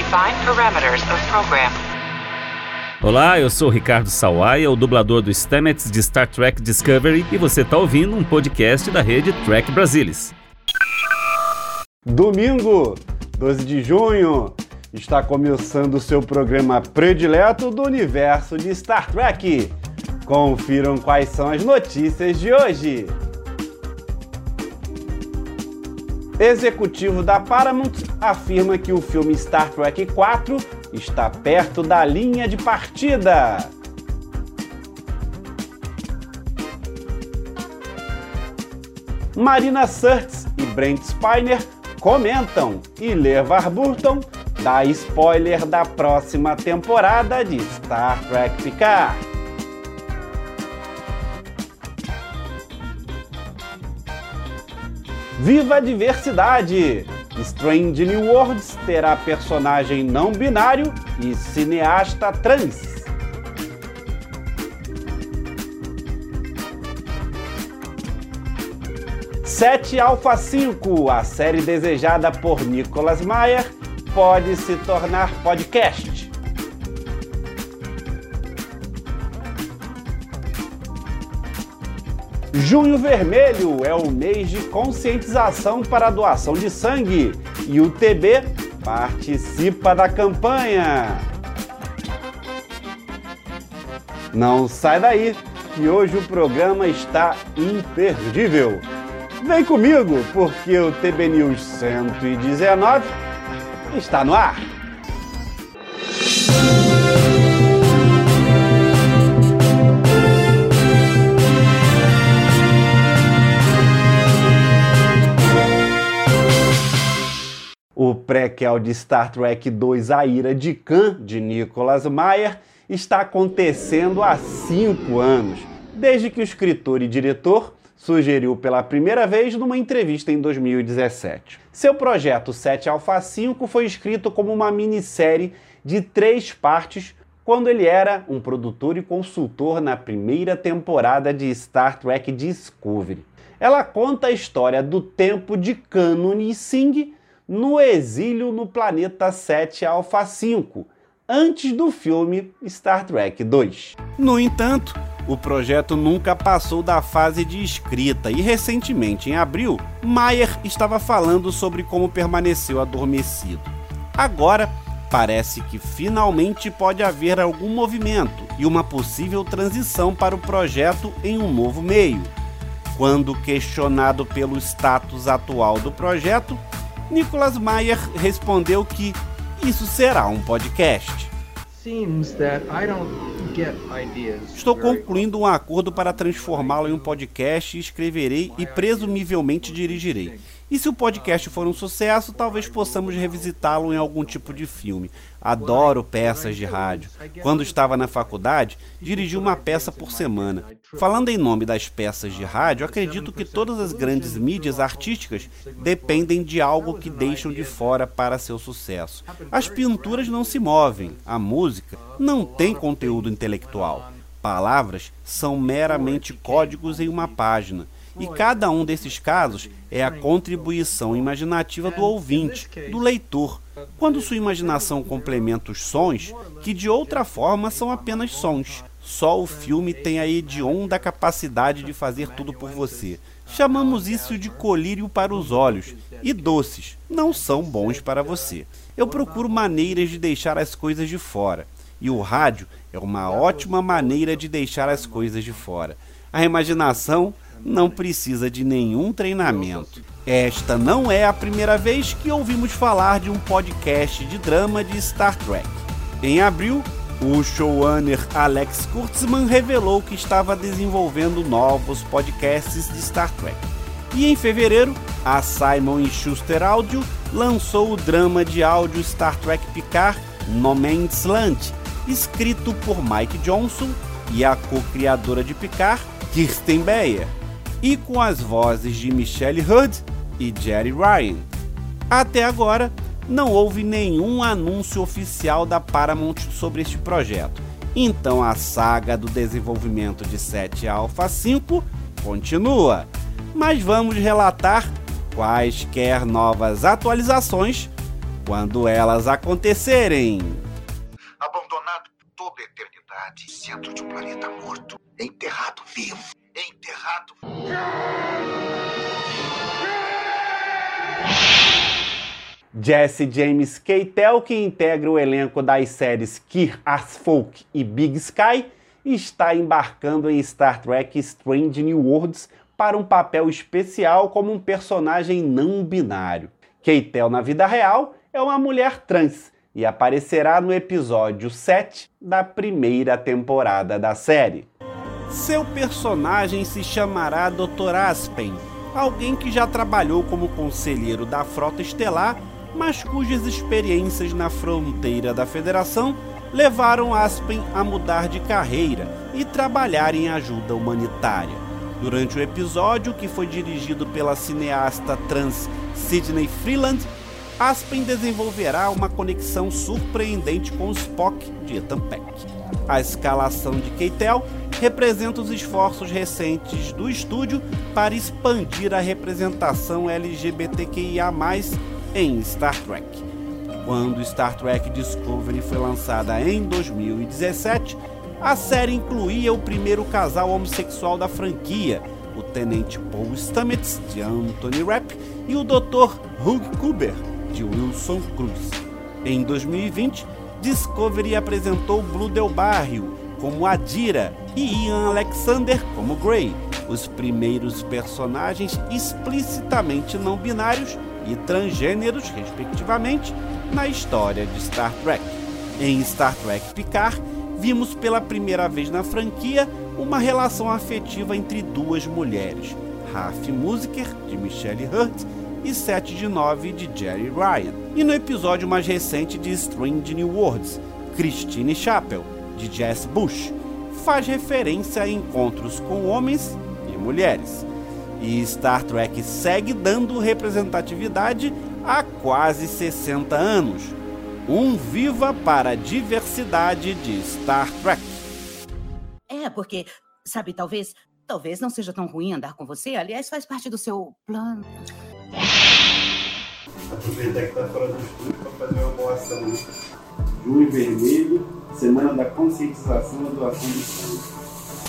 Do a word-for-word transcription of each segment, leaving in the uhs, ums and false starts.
Define parameters of program. Olá, eu sou o Ricardo Sawaia, o dublador do Stamets de Star Trek Discovery, e você está ouvindo um podcast da rede Trek Brasilis. Domingo, doze de junho, está começando o seu programa predileto do universo de Star Trek. Confiram quais são as notícias de hoje. Executivo da Paramount afirma que o filme Star Trek quatro está perto da linha de partida. Marina Sirtis e Brent Spiner comentam e LeVar Burton dá spoiler da próxima temporada de Star Trek Picard. Viva a diversidade! Strange New Worlds terá personagem não binário e cineasta trans. sete Alpha cinco, a série desejada por Nicholas Meyer, pode se tornar podcast. Junho Vermelho é o mês de conscientização para a doação de sangue e o T B participa da campanha. Não sai daí, que hoje o programa está imperdível. Vem comigo, porque o T B News cento e dezenove está no ar. O prequel de Star Trek dois A Ira de Khan, de Nicholas Meyer, está acontecendo há cinco anos, desde que o escritor e diretor sugeriu pela primeira vez numa entrevista em dois mil e dezessete. Seu projeto sete Alpha cinco foi escrito como uma minissérie de três partes quando ele era um produtor e consultor na primeira temporada de Star Trek Discovery. Ela conta a história do tempo de Khan e Singh no exílio no planeta sete Alpha cinco, antes do filme Star Trek dois. No entanto, o projeto nunca passou da fase de escrita e recentemente, em abril, Meyer estava falando sobre como permaneceu adormecido. Agora, parece que finalmente pode haver algum movimento e uma possível transição para o projeto em um novo meio. Quando questionado pelo status atual do projeto, Nicholas Meyer respondeu que isso será um podcast. Estou concluindo um acordo para transformá-lo em um podcast, escreverei e presumivelmente dirigirei. E se o podcast for um sucesso, talvez possamos revisitá-lo em algum tipo de filme. Adoro peças de rádio. Quando estava na faculdade, dirigi uma peça por semana. Falando em nome das peças de rádio, acredito que todas as grandes mídias artísticas dependem de algo que deixam de fora para seu sucesso. As pinturas não se movem, a música não tem conteúdo intelectual. Palavras são meramente códigos em uma página. E cada um desses casos é a contribuição imaginativa do ouvinte, do leitor, quando sua imaginação complementa os sons, que de outra forma são apenas sons. Só o filme tem a hedionda capacidade de fazer tudo por você. Chamamos isso de colírio para os olhos, e doces não são bons para você. Eu procuro maneiras de deixar as coisas de fora, e o rádio é uma ótima maneira de deixar as coisas de fora. A imaginação não precisa de nenhum treinamento. Esta não é a primeira vez que ouvimos falar de um podcast de drama de Star Trek. Em abril, o showrunner Alex Kurtzman revelou que estava desenvolvendo novos podcasts de Star Trek. E em fevereiro, a Simon e Schuster Audio lançou o drama de áudio Star Trek Picard No Man's Land, escrito por Mike Johnson e a co-criadora de Picard, Kirsten Beyer, e com as vozes de Michelle Hurd e Jeri Ryan. Até agora, não houve nenhum anúncio oficial da Paramount sobre este projeto, então a saga do desenvolvimento de sete Alpha cinco continua. Mas vamos relatar quaisquer novas atualizações quando elas acontecerem. Abandonado por toda a eternidade, centro de um planeta morto, enterrado vivo, enterrado... Jesse James Keitel, que integra o elenco das séries Queer as Folk e Big Sky, está embarcando em Star Trek Strange New Worlds para um papel especial como um personagem não binário. Keitel, na vida real, é uma mulher trans e aparecerá no episódio sete da primeira temporada da série. Seu personagem se chamará doutor Aspen, alguém que já trabalhou como conselheiro da Frota Estelar, mas cujas experiências na fronteira da Federação levaram Aspen a mudar de carreira e trabalhar em ajuda humanitária. Durante o episódio, que foi dirigido pela cineasta trans Sydney Freeland, Aspen desenvolverá uma conexão surpreendente com Spock de Ethan Peck. A escalação de Keitel representa os esforços recentes do estúdio para expandir a representação L G B T Q I A mais, em Star Trek. Quando Star Trek Discovery foi lançada em dois mil e dezessete, a série incluía o primeiro casal homossexual da franquia, o Tenente Paul Stamets, de Anthony Rapp, e o doutor Hugh Cooper, de Wilson Cruz. Em dois mil e vinte, Discovery apresentou Blue Del Barrio como Adira e Ian Alexander como Grey, os primeiros personagens explicitamente não binários e transgêneros, respectivamente, na história de Star Trek. Em Star Trek Picard, vimos pela primeira vez na franquia uma relação afetiva entre duas mulheres, Raf Musiker, de Michelle Hurt, e sete de nove, de Jeri Ryan. E no episódio mais recente de Strange New Worlds, Christine Chappell, de Jess Bush, faz referência a encontros com homens e mulheres. E Star Trek segue dando representatividade há quase sessenta anos. Um viva para a diversidade de Star Trek. É, porque, sabe, talvez, talvez não seja tão ruim andar com você. Aliás, faz parte do seu plano. Aproveitar que tá fora do estúdio para fazer uma boa ação. Junho Vermelho, Semana da Conscientização e Doação de Sangue.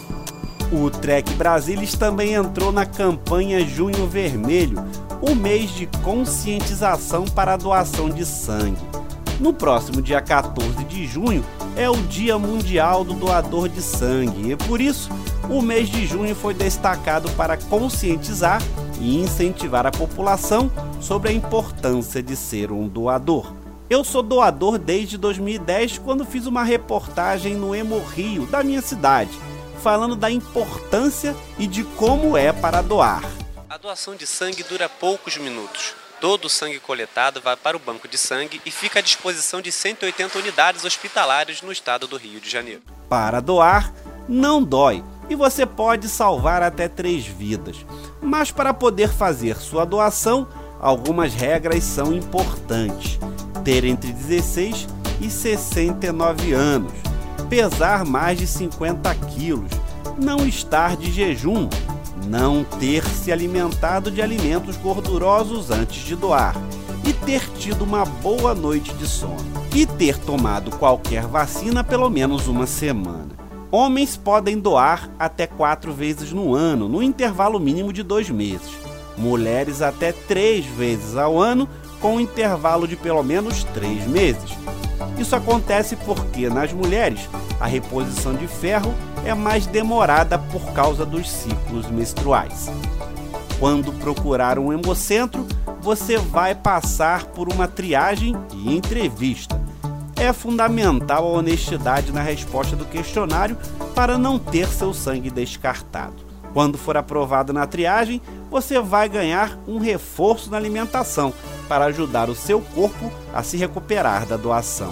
O Trek Brasilis também entrou na campanha Junho Vermelho, o mês de conscientização para a doação de sangue. No próximo dia quatorze de junho é o Dia Mundial do Doador de Sangue e, por isso, o mês de junho foi destacado para conscientizar e incentivar a população sobre a importância de ser um doador. Eu sou doador desde dois mil e dez, quando fiz uma reportagem no Emo Rio, da minha cidade, falando da importância e de como é para doar. A doação de sangue dura poucos minutos. Todo o sangue coletado vai para o banco de sangue e fica à disposição de cento e oitenta unidades hospitalares no estado do Rio de Janeiro. Para doar, não dói e você pode salvar até três vidas. Mas para poder fazer sua doação, algumas regras são importantes. Ter entre dezesseis e sessenta e nove anos, pesar mais de cinquenta quilos, não estar de jejum, não ter se alimentado de alimentos gordurosos antes de doar e ter tido uma boa noite de sono e ter tomado qualquer vacina pelo menos uma semana. Homens podem doar até quatro vezes no ano, no intervalo mínimo de dois meses. Mulheres até três vezes ao ano, com um intervalo de pelo menos três meses. Isso acontece porque, nas mulheres, a reposição de ferro é mais demorada por causa dos ciclos menstruais. Quando procurar um hemocentro, você vai passar por uma triagem e entrevista. É fundamental a honestidade na resposta do questionário para não ter seu sangue descartado. Quando for aprovado na triagem, você vai ganhar um reforço na alimentação para ajudar o seu corpo a se recuperar da doação.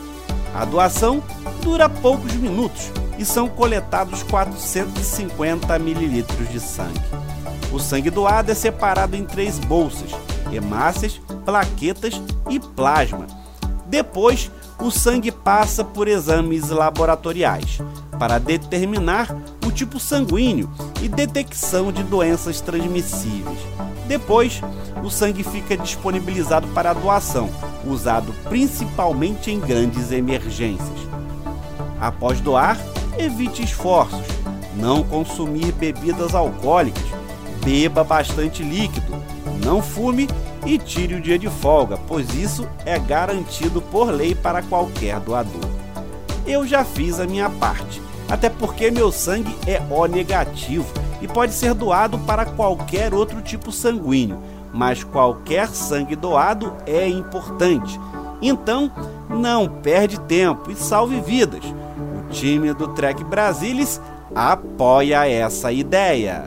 A doação dura poucos minutos e são coletados quatrocentos e cinquenta mililitros de sangue. O sangue doado é separado em três bolsas: hemácias, plaquetas e plasma. Depois, o sangue passa por exames laboratoriais para determinar o tipo sanguíneo e detecção de doenças transmissíveis. Depois, o sangue fica disponibilizado para a doação, usado principalmente em grandes emergências. Após doar, evite esforços, não consumir bebidas alcoólicas, beba bastante líquido, não fume e tire o dia de folga, pois isso é garantido por lei para qualquer doador. Eu já fiz a minha parte, até porque meu sangue é O negativo e pode ser doado para qualquer outro tipo sanguíneo, mas qualquer sangue doado é importante. Então, não perde tempo e salve vidas. O time do Trek Brasilis apoia essa ideia.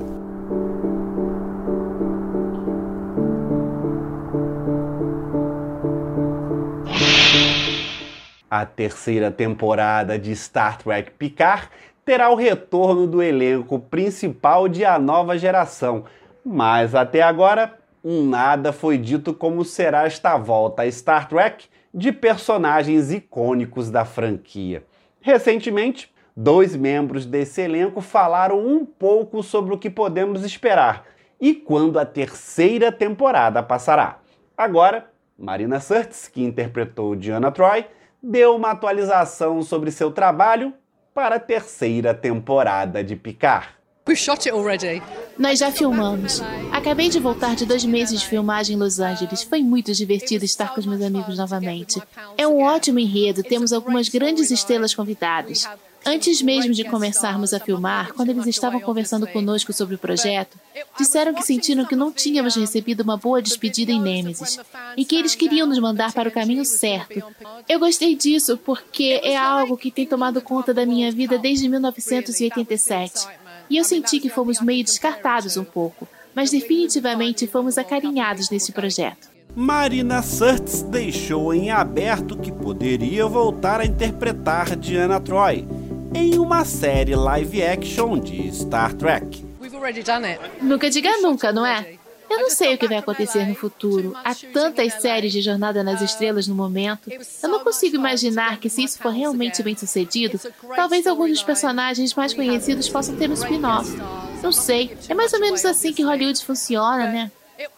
A terceira temporada de Star Trek Picard terá o retorno do elenco principal de A Nova Geração, mas até agora nada foi dito como será esta volta a Star Trek de personagens icônicos da franquia. Recentemente, dois membros desse elenco falaram um pouco sobre o que podemos esperar e quando a terceira temporada passará. Agora, Marina Sirtis, que interpretou Deanna Troi, deu uma atualização sobre seu trabalho para a terceira temporada de Picard. Nós já filmamos. Acabei de voltar de dois meses de filmagem em Los Angeles. Foi muito divertido estar com os meus amigos novamente. É um ótimo enredo, temos algumas grandes estrelas convidadas. Antes mesmo de começarmos a filmar, quando eles estavam conversando conosco sobre o projeto, disseram que sentiram que não tínhamos recebido uma boa despedida em Nêmesis e que eles queriam nos mandar para o caminho certo. Eu gostei disso porque é algo que tem tomado conta da minha vida desde mil novecentos e oitenta e sete. E eu senti que fomos meio descartados um pouco, mas definitivamente fomos acarinhados nesse projeto. Marina Sirtis deixou em aberto que poderia voltar a interpretar Deanna Troi em uma série live action de Star Trek. Nunca diga nunca, não é? Eu não sei o que vai acontecer no futuro. Há tantas séries de Jornada nas Estrelas no momento. Eu não consigo imaginar que, se isso for realmente bem sucedido, talvez alguns dos personagens mais conhecidos possam ter um spin-off. Não sei. É mais ou menos assim que Hollywood funciona, né?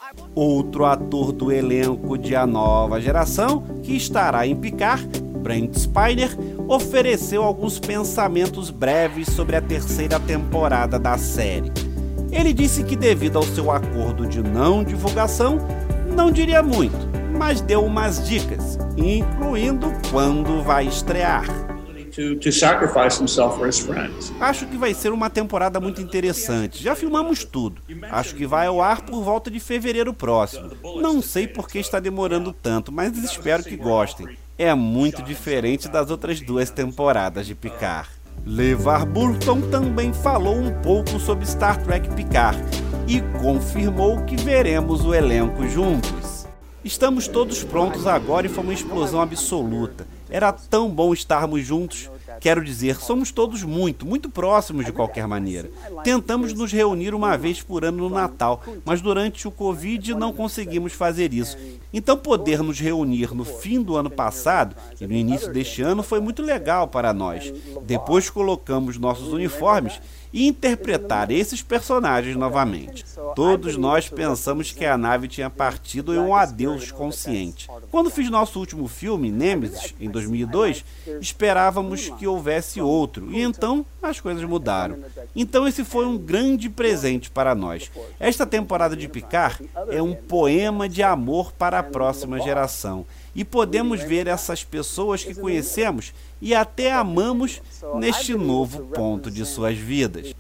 Outro ator do elenco de A Nova Geração, que estará em Picard, Brent Spiner, ofereceu alguns pensamentos breves sobre a terceira temporada da série. Ele disse que, devido ao seu acordo de não divulgação, não diria muito, mas deu umas dicas, incluindo quando vai estrear. To, to sacrifice himself for his friends. Acho que vai ser uma temporada muito interessante. Já filmamos tudo. Acho que vai ao ar por volta de fevereiro próximo. Não sei por que está demorando tanto, mas espero que gostem. É muito diferente das outras duas temporadas de Picard. LeVar Burton também falou um pouco sobre Star Trek Picard e confirmou que veremos o elenco juntos. Estamos todos prontos agora e foi uma explosão absoluta. Era tão bom estarmos juntos. Quero dizer, somos todos muito, muito próximos de qualquer maneira. Tentamos nos reunir uma vez por ano no Natal, mas durante o Covid não conseguimos fazer isso. Então poder nos reunir no fim do ano passado e no início deste ano foi muito legal para nós. Depois colocamos nossos uniformes e interpretar esses personagens novamente. Todos nós pensamos que a nave tinha partido em um adeus consciente. Quando fiz nosso último filme, Nêmesis, em dois mil e dois, esperávamos que houvesse outro, e então as coisas mudaram. Então esse foi um grande presente para nós. Esta temporada de Picard é um poema de amor para a próxima geração. E podemos ver essas pessoas que conhecemos e até amamos neste novo ponto de suas vidas.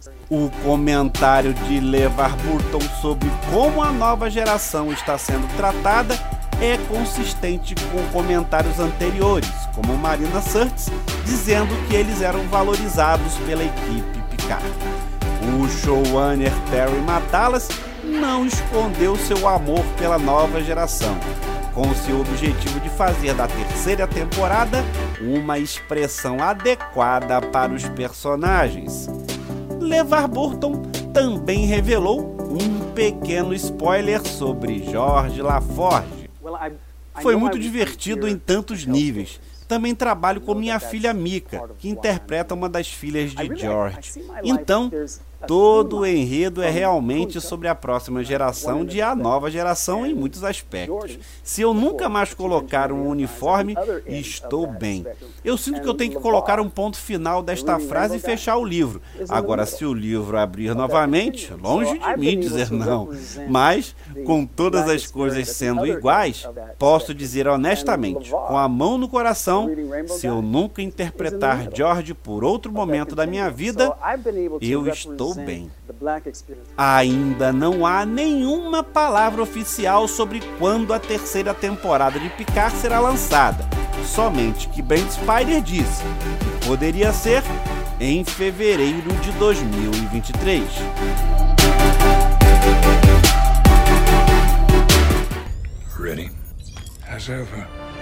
O comentário de LeVar Burton sobre como a nova geração está sendo tratada é consistente com comentários anteriores, como Marina Sirtis dizendo que eles eram valorizados pela equipe Picard. O showrunner Terry Matalas não escondeu seu amor pela nova geração, com seu objetivo de fazer da terceira temporada uma expressão adequada para os personagens. LeVar Burton também revelou um pequeno spoiler sobre Geordi LaForge. Foi muito divertido em tantos níveis. Também trabalho com minha filha Mika, que interpreta uma das filhas de Geordi. Então, todo o enredo é realmente sobre a próxima geração de a nova geração em muitos aspectos. Se eu nunca mais colocar um uniforme, estou bem. Eu sinto que eu tenho que colocar um ponto final desta frase e fechar o livro. Agora, se o livro abrir novamente, longe de mim dizer não. Mas, com todas as coisas sendo iguais, posso dizer honestamente, com a mão no coração, se eu nunca interpretar George por outro momento da minha vida, eu estou bem. Ainda não há nenhuma palavra oficial sobre quando a terceira temporada de Picard será lançada. Somente que Brent Spiner disse que poderia ser em fevereiro de dois mil e vinte e três. Ready as ever.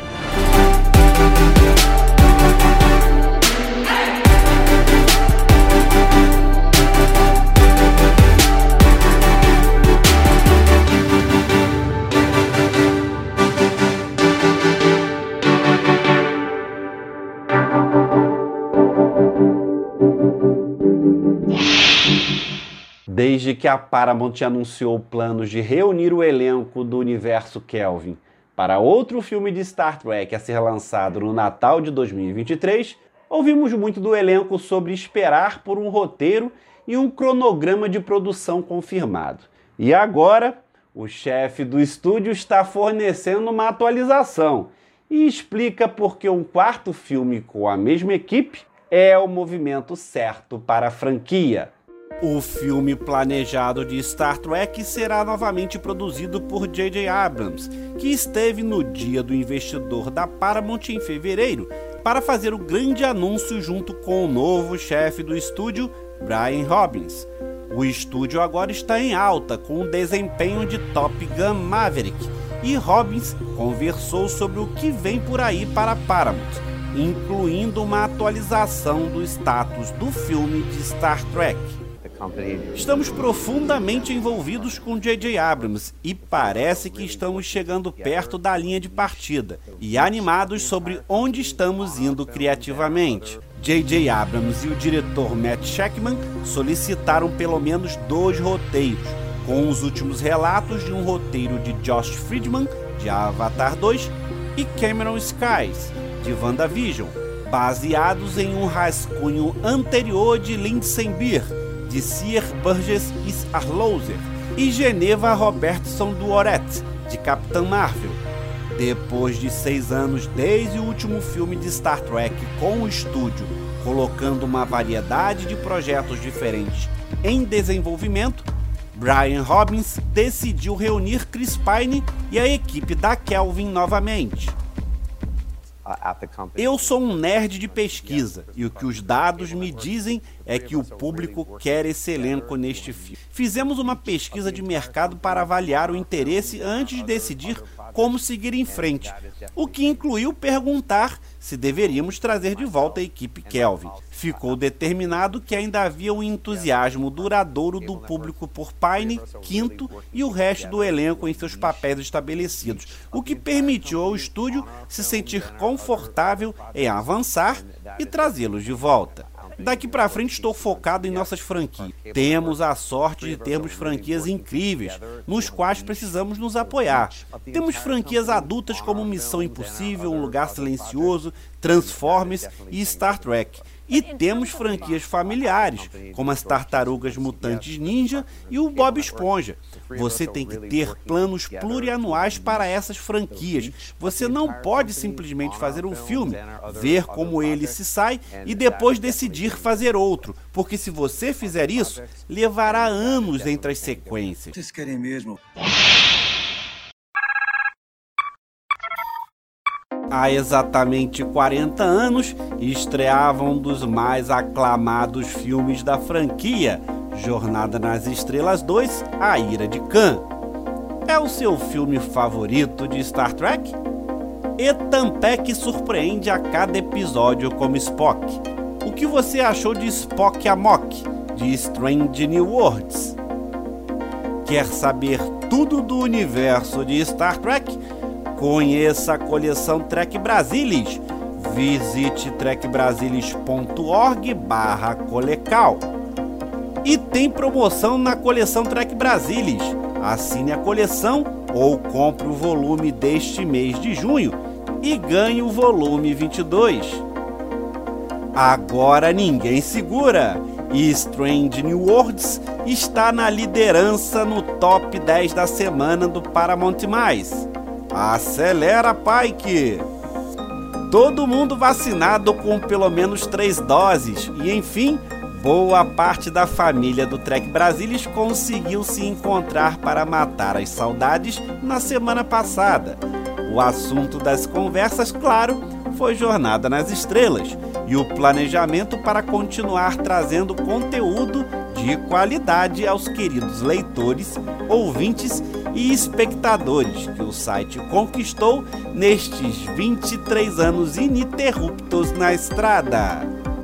Desde que a Paramount anunciou planos de reunir o elenco do universo Kelvin para outro filme de Star Trek a ser lançado no Natal de dois mil e vinte e três, ouvimos muito do elenco sobre esperar por um roteiro e um cronograma de produção confirmado. E agora, o chefe do estúdio está fornecendo uma atualização e explica por que um quarto filme com a mesma equipe é o movimento certo para a franquia. O filme planejado de Star Trek será novamente produzido por J J Abrams, que esteve no Dia do Investidor da Paramount em fevereiro para fazer o grande anúncio junto com o novo chefe do estúdio, Brian Robbins. O estúdio agora está em alta com o desempenho de Top Gun Maverick e Robbins conversou sobre o que vem por aí para a Paramount, incluindo uma atualização do status do filme de Star Trek. Estamos profundamente envolvidos com J J Abrams e parece que estamos chegando perto da linha de partida e animados sobre onde estamos indo criativamente. J J Abrams e o diretor Matt Shakman solicitaram pelo menos dois roteiros, com os últimos relatos de um roteiro de Josh Friedman, de Avatar dois, e Cameron Skies, de WandaVision, baseados em um rascunho anterior de Lindsay Beer, de Sear Burgess e Arloser, e Geneva Robertson do Oret, de Capitã Marvel. Depois de seis anos desde o último filme de Star Trek com o estúdio, colocando uma variedade de projetos diferentes em desenvolvimento, Brian Robbins decidiu reunir Chris Pine e a equipe da Kelvin novamente. Eu sou um nerd de pesquisa e o que os dados me dizem é que o público quer esse elenco neste filme. Fizemos uma pesquisa de mercado para avaliar o interesse antes de decidir como seguir em frente, o que incluiu perguntar se deveríamos trazer de volta a equipe Kelvin. Ficou determinado que ainda havia um entusiasmo duradouro do público por Pine, Quinto e o resto do elenco em seus papéis estabelecidos, o que permitiu ao estúdio se sentir confortável em avançar e trazê-los de volta. Daqui pra frente estou focado em nossas franquias. Temos a sorte de termos franquias incríveis, nos quais precisamos nos apoiar. Temos franquias adultas como Missão Impossível, Um Lugar Silencioso, Transformers e Star Trek. E temos franquias familiares, como as Tartarugas Mutantes Ninja e o Bob Esponja. Você tem que ter planos plurianuais para essas franquias. Você não pode simplesmente fazer um filme, ver como ele se sai e depois decidir fazer outro, porque se você fizer isso, levará anos entre as sequências. Vocês querem mesmo? Há exatamente quarenta anos, estreava um dos mais aclamados filmes da franquia, Jornada nas Estrelas dois, A Ira de Khan. É o seu filme favorito de Star Trek? Ethan Peck surpreende a cada episódio como Spock. O que você achou de Spock Amok, de Strange New Worlds? Quer saber tudo do universo de Star Trek? Conheça a coleção Trek Brasilis. Visite trek brasilis ponto org barra colecal. E tem promoção na coleção Trek Brasilis. Assine a coleção ou compre o volume deste mês de junho e ganhe o volume vinte e dois. Agora ninguém segura. E Strange New Worlds está na liderança no top dez da semana do Paramount mais. Acelera, Pike! Todo mundo vacinado com pelo menos três doses e, enfim, boa parte da família do Trek Brasilis conseguiu se encontrar para matar as saudades na semana passada. O assunto das conversas, claro, foi Jornada nas Estrelas e o planejamento para continuar trazendo conteúdo de qualidade aos queridos leitores, ouvintes e espectadores que o site conquistou nestes vinte e três anos ininterruptos na estrada.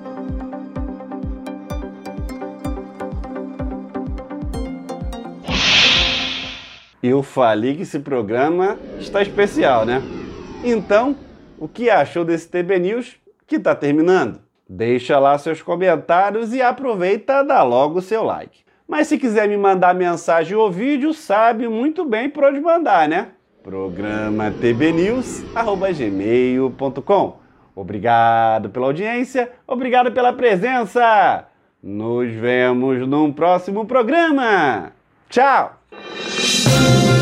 Eu falei que esse programa está especial, né? Então, o que achou desse T B News que está terminando? Deixa lá seus comentários e aproveita a dar logo o seu like. Mas se quiser me mandar mensagem ou vídeo, sabe muito bem por onde mandar, né? programa t b news arroba gmail ponto com. Obrigado pela audiência, obrigado pela presença. Nos vemos num próximo programa. Tchau!